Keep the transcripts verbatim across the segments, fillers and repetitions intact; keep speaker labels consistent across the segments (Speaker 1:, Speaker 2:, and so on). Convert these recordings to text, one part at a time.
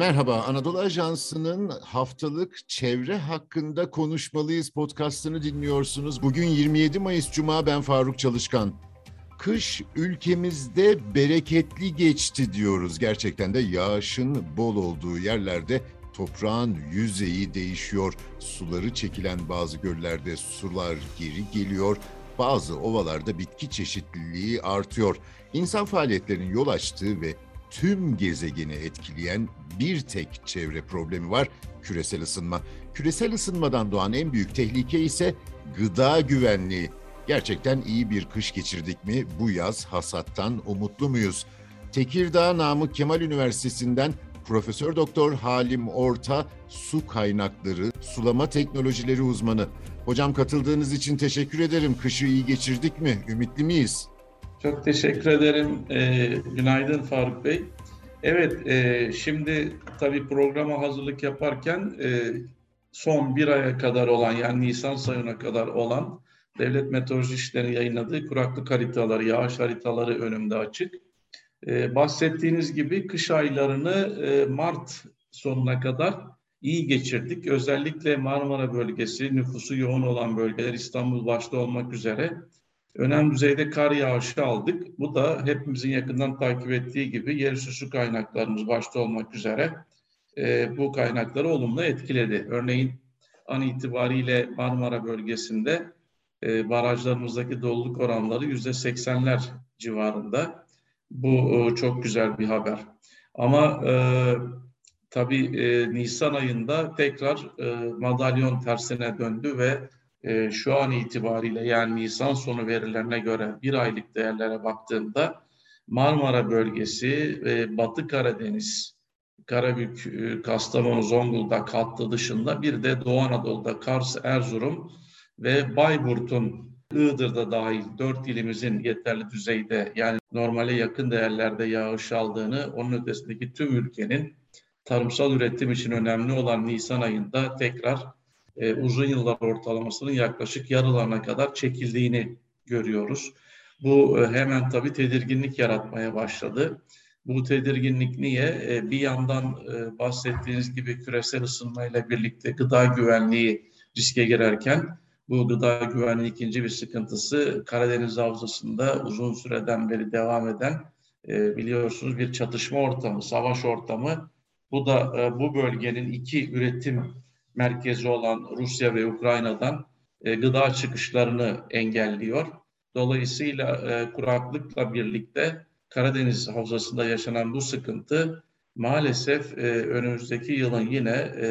Speaker 1: Merhaba, Anadolu Ajansı'nın haftalık çevre hakkında konuşmalıyız podcastını dinliyorsunuz. Bugün yirmi yedi Mayıs Cuma, ben Faruk Çalışkan. Kış ülkemizde bereketli geçti diyoruz. Gerçekten de yağışın bol olduğu yerlerde toprağın yüzeyi değişiyor. Suları çekilen bazı göllerde sular geri geliyor. Bazı ovalarda bitki çeşitliliği artıyor. İnsan faaliyetlerinin yol açtığı ve tüm gezegeni etkileyen bir tek çevre problemi var: küresel ısınma. Küresel ısınmadan doğan en büyük tehlike ise gıda güvenliği. Gerçekten iyi bir kış geçirdik mi? Bu yaz hasattan umutlu muyuz? Tekirdağ Namık Kemal Üniversitesi'nden Profesör Doktor Halim Orta, su kaynakları, sulama teknolojileri uzmanı. Hocam, katıldığınız için teşekkür ederim. Kışı iyi geçirdik mi? Ümitli miyiz?
Speaker 2: Çok teşekkür ederim. Ee, günaydın Faruk Bey. Evet, e, şimdi tabii programa hazırlık yaparken e, son bir aya kadar olan, yani Nisan ayına kadar olan Devlet Meteoroloji İşleri yayınladığı kuraklık haritaları, yağış haritaları önümde açık. E, bahsettiğiniz gibi kış aylarını e, Mart sonuna kadar iyi geçirdik. Özellikle Marmara bölgesi, nüfusu yoğun olan bölgeler, İstanbul başta olmak üzere önemli düzeyde kar yağışı aldık. Bu da hepimizin yakından takip ettiği gibi yerüstü su kaynaklarımız başta olmak üzere e, bu kaynakları olumlu etkiledi. Örneğin an itibariyle Marmara bölgesinde e, barajlarımızdaki doluluk oranları yüzde seksenler civarında. Bu e, çok güzel bir haber. Ama e, tabii e, Nisan ayında tekrar e, madalyon tersine döndü ve e, şu an itibariyle, yani Nisan sonu verilerine göre bir aylık değerlere baktığımda Marmara bölgesi ve Batı Karadeniz, Karabük, e, Kastamonu, Zonguldak hattı dışında bir de Doğu Anadolu'da Kars, Erzurum ve Bayburt'un, Iğdır'da dahil dört ilimizin yeterli düzeyde, yani normale yakın değerlerde yağış aldığını, onun ötesindeki tüm ülkenin tarımsal üretim için önemli olan Nisan ayında tekrar e, uzun yıllar ortalamasının yaklaşık yarılarına kadar çekildiğini görüyoruz. Bu e, hemen tabii tedirginlik yaratmaya başladı. Bu tedirginlik niye? E, bir yandan e, bahsettiğiniz gibi küresel ısınmayla birlikte gıda güvenliği riske girerken, bu gıda güvenliği ikinci bir sıkıntısı Karadeniz Havzası'nda uzun süreden beri devam eden e, biliyorsunuz bir çatışma ortamı, savaş ortamı. Bu da e, bu bölgenin iki üretim merkezi olan Rusya ve Ukrayna'dan e, gıda çıkışlarını engelliyor. Dolayısıyla e, kuraklıkla birlikte Karadeniz Havzası'nda yaşanan bu sıkıntı maalesef e, önümüzdeki yılın yine e,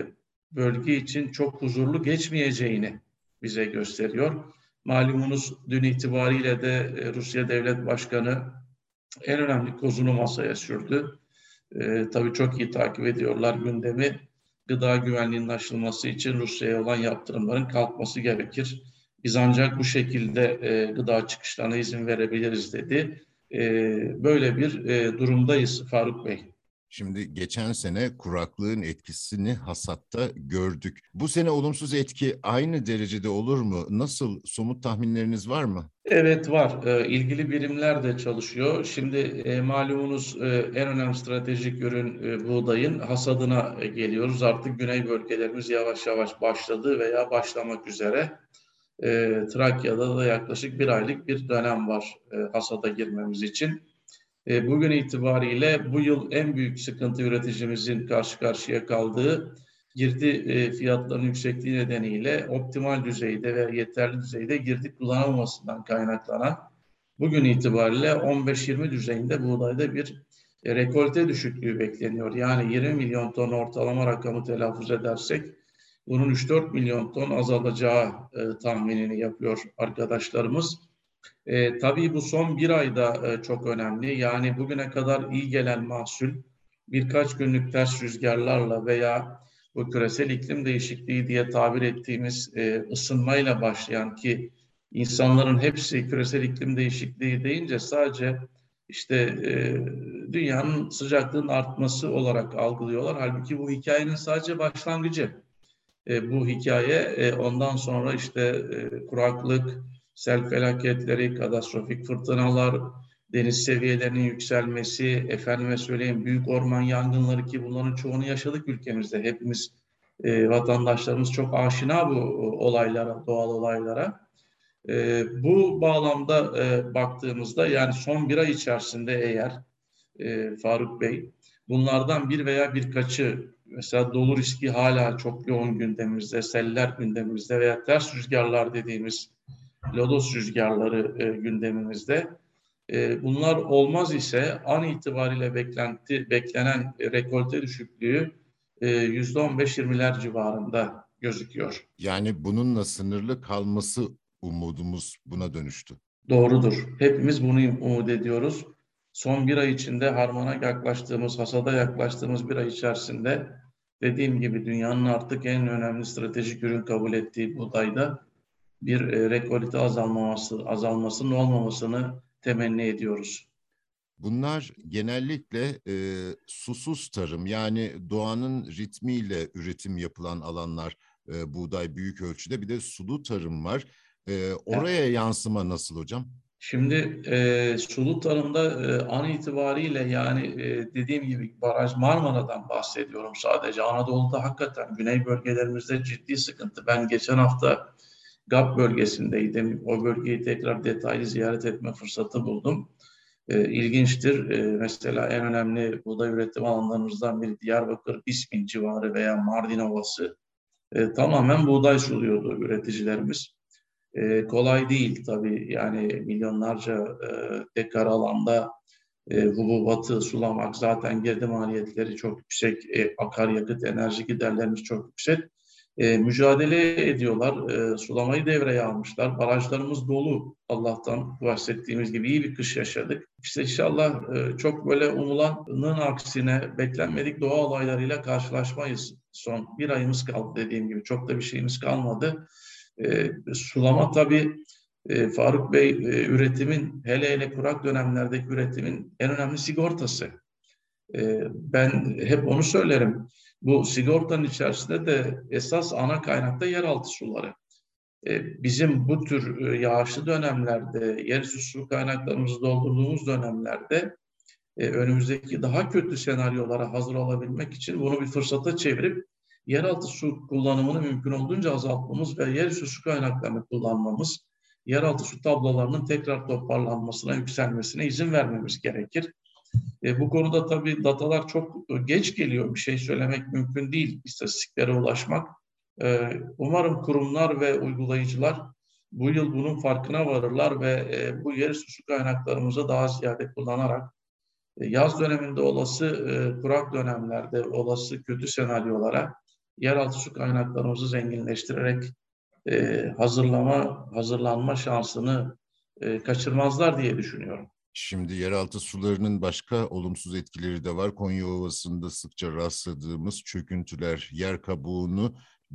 Speaker 2: bölge için çok huzurlu geçmeyeceğini bize gösteriyor. Malumunuz dün itibariyle de e, Rusya Devlet Başkanı en önemli kozunu masaya sürdü. E, tabii çok iyi takip ediyorlar gündemi. Gıda güvenliğinin aşılması için Rusya'ya olan yaptırımların kalkması gerekir. Biz ancak bu şekilde e, gıda çıkışlarına izin verebiliriz dedi. E, böyle bir e, durumdayız Faruk Bey.
Speaker 1: Şimdi geçen sene kuraklığın etkisini hasatta gördük. Bu sene olumsuz etki aynı derecede olur mu? Nasıl, somut tahminleriniz var mı?
Speaker 2: Evet, var. E, ilgili birimler de çalışıyor. Şimdi e, malumunuz e, en önemli stratejik ürün e, buğdayın hasadına e, geliyoruz. Artık güney bölgelerimiz yavaş yavaş başladı veya başlamak üzere. E, Trakya'da da yaklaşık bir aylık bir dönem var e, hasada girmemiz için. E, bugün itibariyle bu yıl en büyük sıkıntı üreticimizin karşı karşıya kaldığı girdi e, fiyatlarının yüksekliği nedeniyle optimal düzeyde ve yeterli düzeyde girdi kullanılmamasından kaynaklanan bugün itibariyle on beş yirmi düzeyinde buğdayda bir e, rekolte düşüklüğü bekleniyor. Yani yirmi milyon ton ortalama rakamı telaffuz edersek bunun üç dört milyon ton azalacağı e, tahminini yapıyor arkadaşlarımız. E, tabii bu son bir ayda e, çok önemli. Yani bugüne kadar iyi gelen mahsul birkaç günlük ters rüzgarlarla veya bu küresel iklim değişikliği diye tabir ettiğimiz e, ısınmayla başlayan, ki insanların hepsi küresel iklim değişikliği deyince sadece işte e, dünyanın sıcaklığının artması olarak algılıyorlar. Halbuki bu hikayenin sadece başlangıcı. E, bu hikaye e, ondan sonra işte e, kuraklık, sel felaketleri, katastrofik fırtınalar, deniz seviyelerinin yükselmesi, efendime söyleyeyim büyük orman yangınları ki bunların çoğunu yaşadık ülkemizde. Hepimiz e, vatandaşlarımız çok aşina bu olaylara, doğal olaylara. E, bu bağlamda e, baktığımızda yani son bir ay içerisinde eğer e, Faruk Bey bunlardan bir veya birkaçı mesela dolu riski hala çok yoğun gündemimizde, seller gündemimizde veya ters rüzgarlar dediğimiz lodos rüzgarları e, gündemimizde. E, bunlar olmaz ise an itibariyle beklenti, beklenen e, rekolte düşüklüğü e, yüzde on beş yirmiler civarında gözüküyor.
Speaker 1: Yani bununla sınırlı kalması umudumuz buna dönüştü.
Speaker 2: Doğrudur. Hepimiz bunu umut ediyoruz. Son bir ay içinde harmana yaklaştığımız, hasada yaklaştığımız bir ay içerisinde dediğim gibi dünyanın artık en önemli stratejik ürün kabul ettiği buğdayda bir e, rekolte azalmaması, azalmasının olmamasını temenni ediyoruz.
Speaker 1: Bunlar genellikle e, susuz tarım, yani doğanın ritmiyle üretim yapılan alanlar, e, buğday büyük ölçüde. Bir de sulu tarım var. E, oraya yansıma nasıl hocam?
Speaker 2: Şimdi e, sulu tarımda e, an itibariyle yani e, dediğim gibi Baraj Marmara'dan bahsediyorum sadece. Anadolu'da hakikaten güney bölgelerimizde ciddi sıkıntı. Ben geçen hafta G A P bölgesindeydim. O bölgeyi tekrar detaylı ziyaret etme fırsatı buldum. E, ilginçtir. E, mesela en önemli buğday üretim alanlarımızdan biri Diyarbakır, İsmin civarı veya Mardin Ovası. E, tamamen buğday suluyordu üreticilerimiz. E, kolay değil tabii yani milyonlarca e, dekar alanda e, hububatı sulamak zaten girdi maliyetleri çok yüksek, e, akaryakıt enerji giderlerimiz çok yüksek. E, mücadele ediyorlar, e, sulamayı devreye almışlar. Barajlarımız dolu Allah'tan bahsettiğimiz gibi iyi bir kış yaşadık. İşte inşallah e, çok böyle umulanın aksine beklenmedik doğa olaylarıyla karşılaşmayız. Son bir ayımız kaldı dediğim gibi çok da bir şeyimiz kalmadı. E, sulama tabii e, Faruk Bey e, üretimin hele hele kurak dönemlerdeki üretimin en önemli sigortası. E, ben hep onu söylerim. Bu sigortanın içerisinde de esas ana kaynakta yeraltı suları. E, bizim bu tür e, yağışlı dönemlerde, yerüstü su kaynaklarımızı doldurduğumuz dönemlerde e, önümüzdeki daha kötü senaryolara hazır olabilmek için bunu bir fırsata çevirip yeraltı su kullanımını mümkün olduğunca azaltmamız ve yerüstü su kaynaklarını kullanmamız, yeraltı su tablolarının tekrar toparlanmasına, yükselmesine izin vermemiz gerekir. E, bu konuda tabii datalar çok geç geliyor. Bir şey söylemek mümkün değil, istatistiklere ulaşmak. E, umarım kurumlar ve uygulayıcılar bu yıl bunun farkına varırlar ve e, bu yerüstü su kaynaklarımızı daha ziyade kullanarak yaz döneminde olası e, kurak dönemlerde olası kötü senaryolara yeraltı su kaynaklarımızı zenginleştirerek e, hazırlama hazırlanma şansını e, kaçırmazlar diye düşünüyorum.
Speaker 1: Şimdi yeraltı sularının başka olumsuz etkileri de var. Konya Ovası'nda sıkça rastladığımız çöküntüler, yer kabuğunu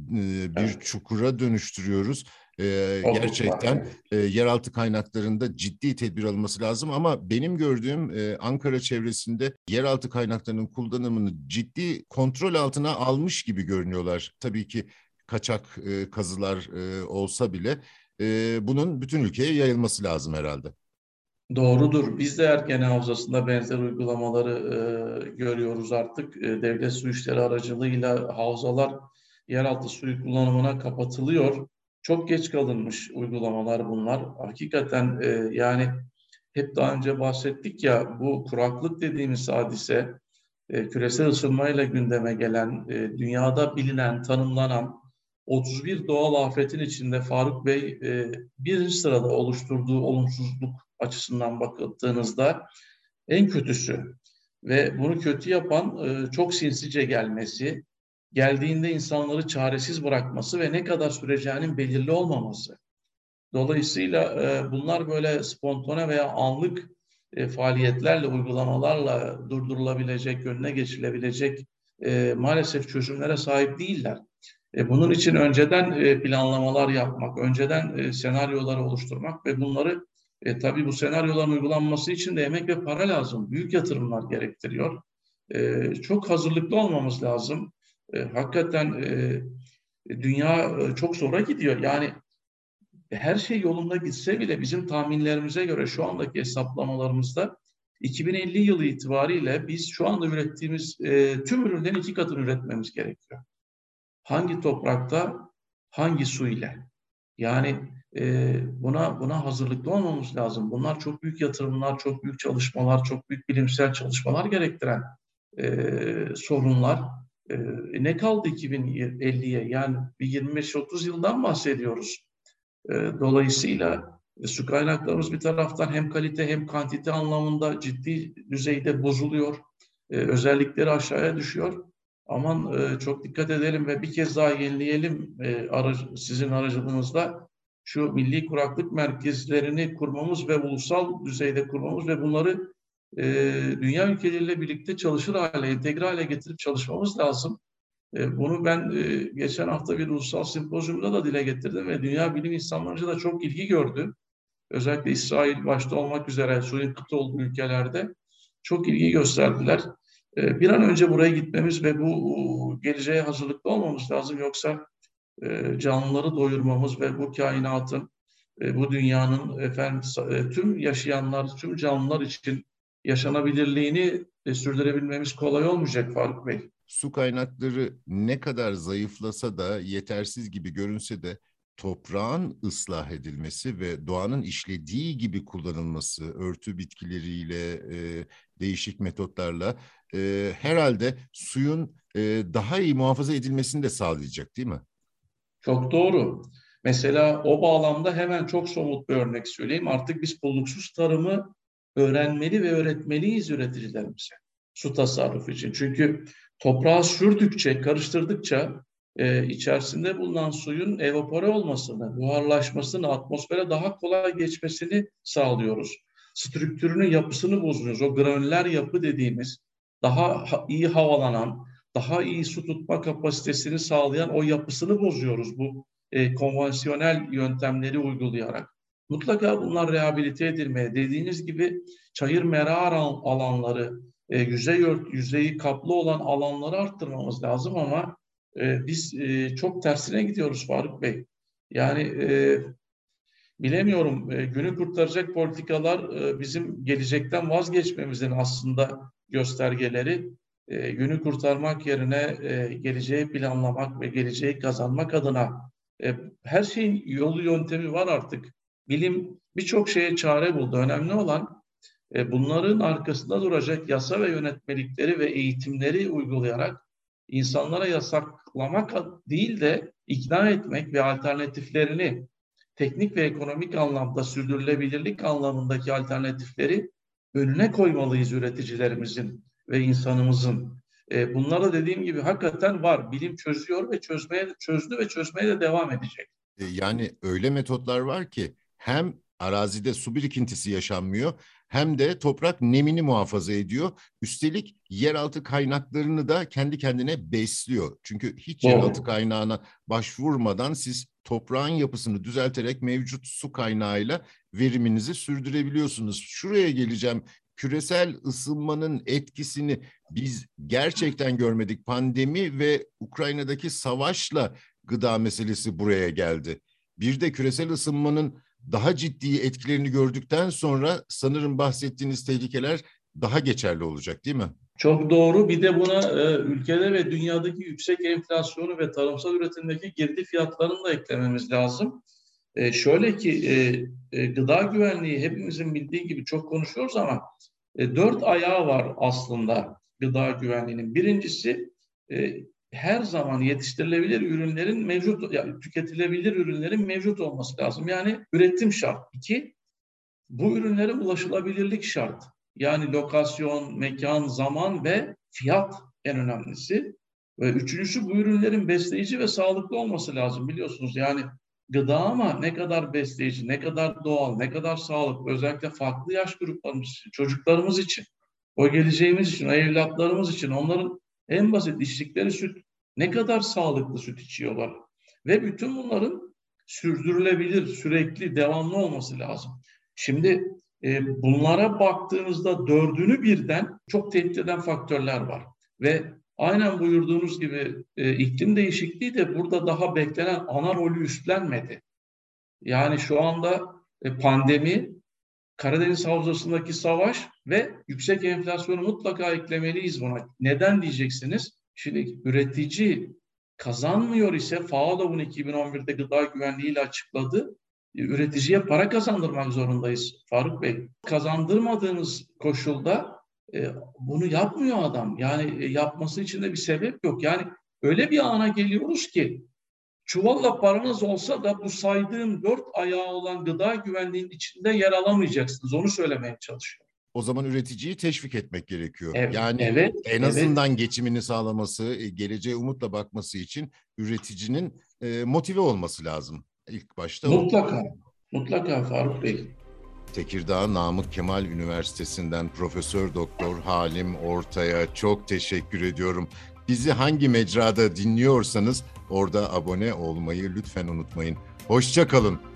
Speaker 1: e, bir
Speaker 2: Evet.
Speaker 1: çukura dönüştürüyoruz. E,
Speaker 2: O var,
Speaker 1: gerçekten
Speaker 2: evet.
Speaker 1: e, yeraltı kaynaklarında ciddi tedbir alınması lazım. Ama benim gördüğüm e, Ankara çevresinde yeraltı kaynaklarının kullanımını ciddi kontrol altına almış gibi görünüyorlar. Tabii ki kaçak e, kazılar e, olsa bile e, bunun bütün ülkeye yayılması lazım herhalde.
Speaker 2: Doğrudur. Biz de Ergene Havzası'nda benzer uygulamaları e, görüyoruz artık. E, devlet su işleri aracılığıyla havzalar yeraltı suyu kullanımına kapatılıyor. Çok geç kalınmış uygulamalar bunlar. Hakikaten e, yani hep daha önce bahsettik ya bu kuraklık dediğimiz hadise e, küresel ısınmayla gündeme gelen, e, dünyada bilinen, tanımlanan otuz bir doğal afetin içinde Faruk Bey e, birinci sırada oluşturduğu olumsuzluk açısından bakıldığınızda en kötüsü ve bunu kötü yapan e, çok sinsice gelmesi, geldiğinde insanları çaresiz bırakması ve ne kadar süreceğinin belirli olmaması. Dolayısıyla e, bunlar böyle spontane veya anlık e, faaliyetlerle, uygulamalarla durdurulabilecek, önüne geçilebilecek e, maalesef çözümlere sahip değiller. E, bunun için önceden e, planlamalar yapmak, önceden e, senaryoları oluşturmak ve bunları e, tabii bu senaryoların uygulanması için de emek ve para lazım. Büyük yatırımlar gerektiriyor. E, çok hazırlıklı olmamız lazım. E, hakikaten e, dünya e, çok zora gidiyor. Yani her şey yolunda gitse bile bizim tahminlerimize göre şu andaki hesaplamalarımızda iki bin elli yılı itibariyle biz şu anda ürettiğimiz e, tüm ürünlerin iki katını üretmemiz gerekiyor. Hangi toprakta, hangi su ile? Yani e, buna buna hazırlıklı olmamız lazım. Bunlar çok büyük yatırımlar, çok büyük çalışmalar, çok büyük bilimsel çalışmalar gerektiren e, sorunlar. E, ne kaldı iki bin elliye? Yani bir yirmi beş otuz yıldan bahsediyoruz. E, dolayısıyla e, su kaynaklarımız bir taraftan hem kalite hem kantite anlamında ciddi düzeyde bozuluyor. E, özellikleri aşağıya düşüyor. Aman e, çok dikkat edelim ve bir kez daha yenileyelim e, aracı, sizin aracılığınızla şu milli kuraklık merkezlerini kurmamız ve ulusal düzeyde kurmamız ve bunları e, dünya ülkeleriyle birlikte çalışır hale, entegre hale getirip çalışmamız lazım. E, bunu ben e, geçen hafta bir ulusal sempozyumda da dile getirdim ve dünya bilim insanlarınca da çok ilgi gördü. Özellikle İsrail başta olmak üzere suyun kıtlı olduğu ülkelerde çok ilgi gösterdiler. E, bir an önce buraya gitmemiz ve bu geleceğe hazırlıklı olmamız lazım. Yoksa e, canlıları doyurmamız ve bu kainatın, e, bu dünyanın efendim e, tüm yaşayanlar, tüm canlılar için yaşanabilirliğini e, sürdürebilmemiz kolay olmayacak Faruk Bey.
Speaker 1: Su kaynakları ne kadar zayıflasa da, yetersiz gibi görünse de toprağın ıslah edilmesi ve doğanın işlediği gibi kullanılması, örtü bitkileriyle, e, değişik metotlarla e, herhalde suyun e, daha iyi muhafaza edilmesini de sağlayacak, değil mi?
Speaker 2: Çok doğru. Mesela o bağlamda hemen çok somut bir örnek söyleyeyim. Artık biz kuluksuz tarımı öğrenmeli ve öğretmeliyiz üreticilerimize su tasarrufu için. Çünkü toprağa sürdükçe, karıştırdıkça e, içerisinde bulunan suyun evapore olmasını, buharlaşmasını, atmosfere daha kolay geçmesini sağlıyoruz. Strüktürünün yapısını bozuyoruz. O granüler yapı dediğimiz daha iyi havalanan, daha iyi su tutma kapasitesini sağlayan o yapısını bozuyoruz bu e, konvansiyonel yöntemleri uygulayarak. Mutlaka bunlar rehabilite edilmeye, dediğiniz gibi çayır mera alanları, e, yüzey ört, yüzeyi kaplı olan alanları arttırmamız lazım ama e, biz e, çok tersine gidiyoruz Faruk Bey. Yani e, bilemiyorum, e, günü kurtaracak politikalar e, bizim gelecekten vazgeçmemizin aslında göstergeleri. E, günü kurtarmak yerine e, geleceği planlamak ve geleceği kazanmak adına e, her şeyin yolu yöntemi var artık. Bilim birçok şeye çare buldu. Önemli olan e, bunların arkasında duracak yasa ve yönetmelikleri ve eğitimleri uygulayarak insanlara yasaklamak değil de ikna etmek ve alternatiflerini teknik ve ekonomik anlamda sürdürülebilirlik anlamındaki alternatifleri önüne koymalıyız üreticilerimizin ve insanımızın. E, bunlara dediğim gibi hakikaten var. Bilim çözüyor ve çözmeye çözdü ve çözmeye de devam edecek.
Speaker 1: E, Yani öyle metotlar var ki hem arazide su birikintisi yaşanmıyor hem de toprak nemini muhafaza ediyor. Üstelik yeraltı kaynaklarını da kendi kendine besliyor. Çünkü hiç yeraltı
Speaker 2: Doğru.
Speaker 1: kaynağına başvurmadan siz toprağın yapısını düzelterek mevcut su kaynağıyla veriminizi sürdürebiliyorsunuz. Şuraya geleceğim. Küresel ısınmanın etkisini biz gerçekten görmedik. Pandemi ve Ukrayna'daki savaşla gıda meselesi buraya geldi. Bir de küresel ısınmanın daha ciddi etkilerini gördükten sonra sanırım bahsettiğiniz tehlikeler daha geçerli olacak, değil mi?
Speaker 2: Çok doğru. Bir de buna e, ülkede ve dünyadaki yüksek enflasyonu ve tarımsal üretimdeki girdi fiyatlarını da eklememiz lazım. E, şöyle ki e, e, gıda güvenliği hepimizin bildiği gibi çok konuşuyoruz ama e, dört ayağı var aslında gıda güvenliğinin. Birincisi e, her zaman yetiştirilebilir ürünlerin mevcut, yani tüketilebilir ürünlerin mevcut olması lazım. Yani üretim şart. İki, bu ürünlere ulaşılabilirlik şart. Yani lokasyon, mekan, zaman ve fiyat en önemlisi. Ve üçüncüsü bu ürünlerin besleyici ve sağlıklı olması lazım biliyorsunuz. Yani gıda ama ne kadar besleyici, ne kadar doğal, ne kadar sağlıklı, özellikle farklı yaş gruplarımız için, çocuklarımız için, o geleceğimiz için, o evlatlarımız için, onların en basit içtikleri süt, ne kadar sağlıklı süt içiyorlar. Ve bütün bunların sürdürülebilir, sürekli, devamlı olması lazım. Şimdi e, bunlara baktığınızda dördünü birden çok tehdit eden faktörler var. Ve aynen buyurduğunuz gibi e, iklim değişikliği de burada daha beklenen ana rolü üstlenmedi. Yani şu anda e, pandemi, Karadeniz Havzası'ndaki savaş ve yüksek enflasyonu mutlaka eklemeliyiz buna. Neden diyeceksiniz? Şimdi üretici kazanmıyor ise FAO da bunu iki bin on birde gıda güvenliği ile açıkladı. Üreticiye para kazandırmak zorundayız Faruk Bey. Kazandırmadığınız koşulda e, bunu yapmıyor adam. Yani e, yapması için de bir sebep yok. Yani öyle bir ana geliyoruz ki çuvalla paranız olsa da bu saydığım dört ayağı olan gıda güvenliğinin içinde yer alamayacaksınız. Onu söylemeye çalışıyorum.
Speaker 1: O zaman üreticiyi teşvik etmek gerekiyor.
Speaker 2: Evet,
Speaker 1: Yani
Speaker 2: evet,
Speaker 1: en
Speaker 2: evet.
Speaker 1: azından geçimini sağlaması, e, geleceğe umutla bakması için üreticinin e, motive olması lazım. İlk başta o.
Speaker 2: Mutlaka, mutlaka Faruk Bey.
Speaker 1: Tekirdağ Namık Kemal Üniversitesi'nden Profesör Doktor Halim Ortay'a çok teşekkür ediyorum. Bizi hangi mecrada dinliyorsanız orada abone olmayı lütfen unutmayın. Hoşça kalın.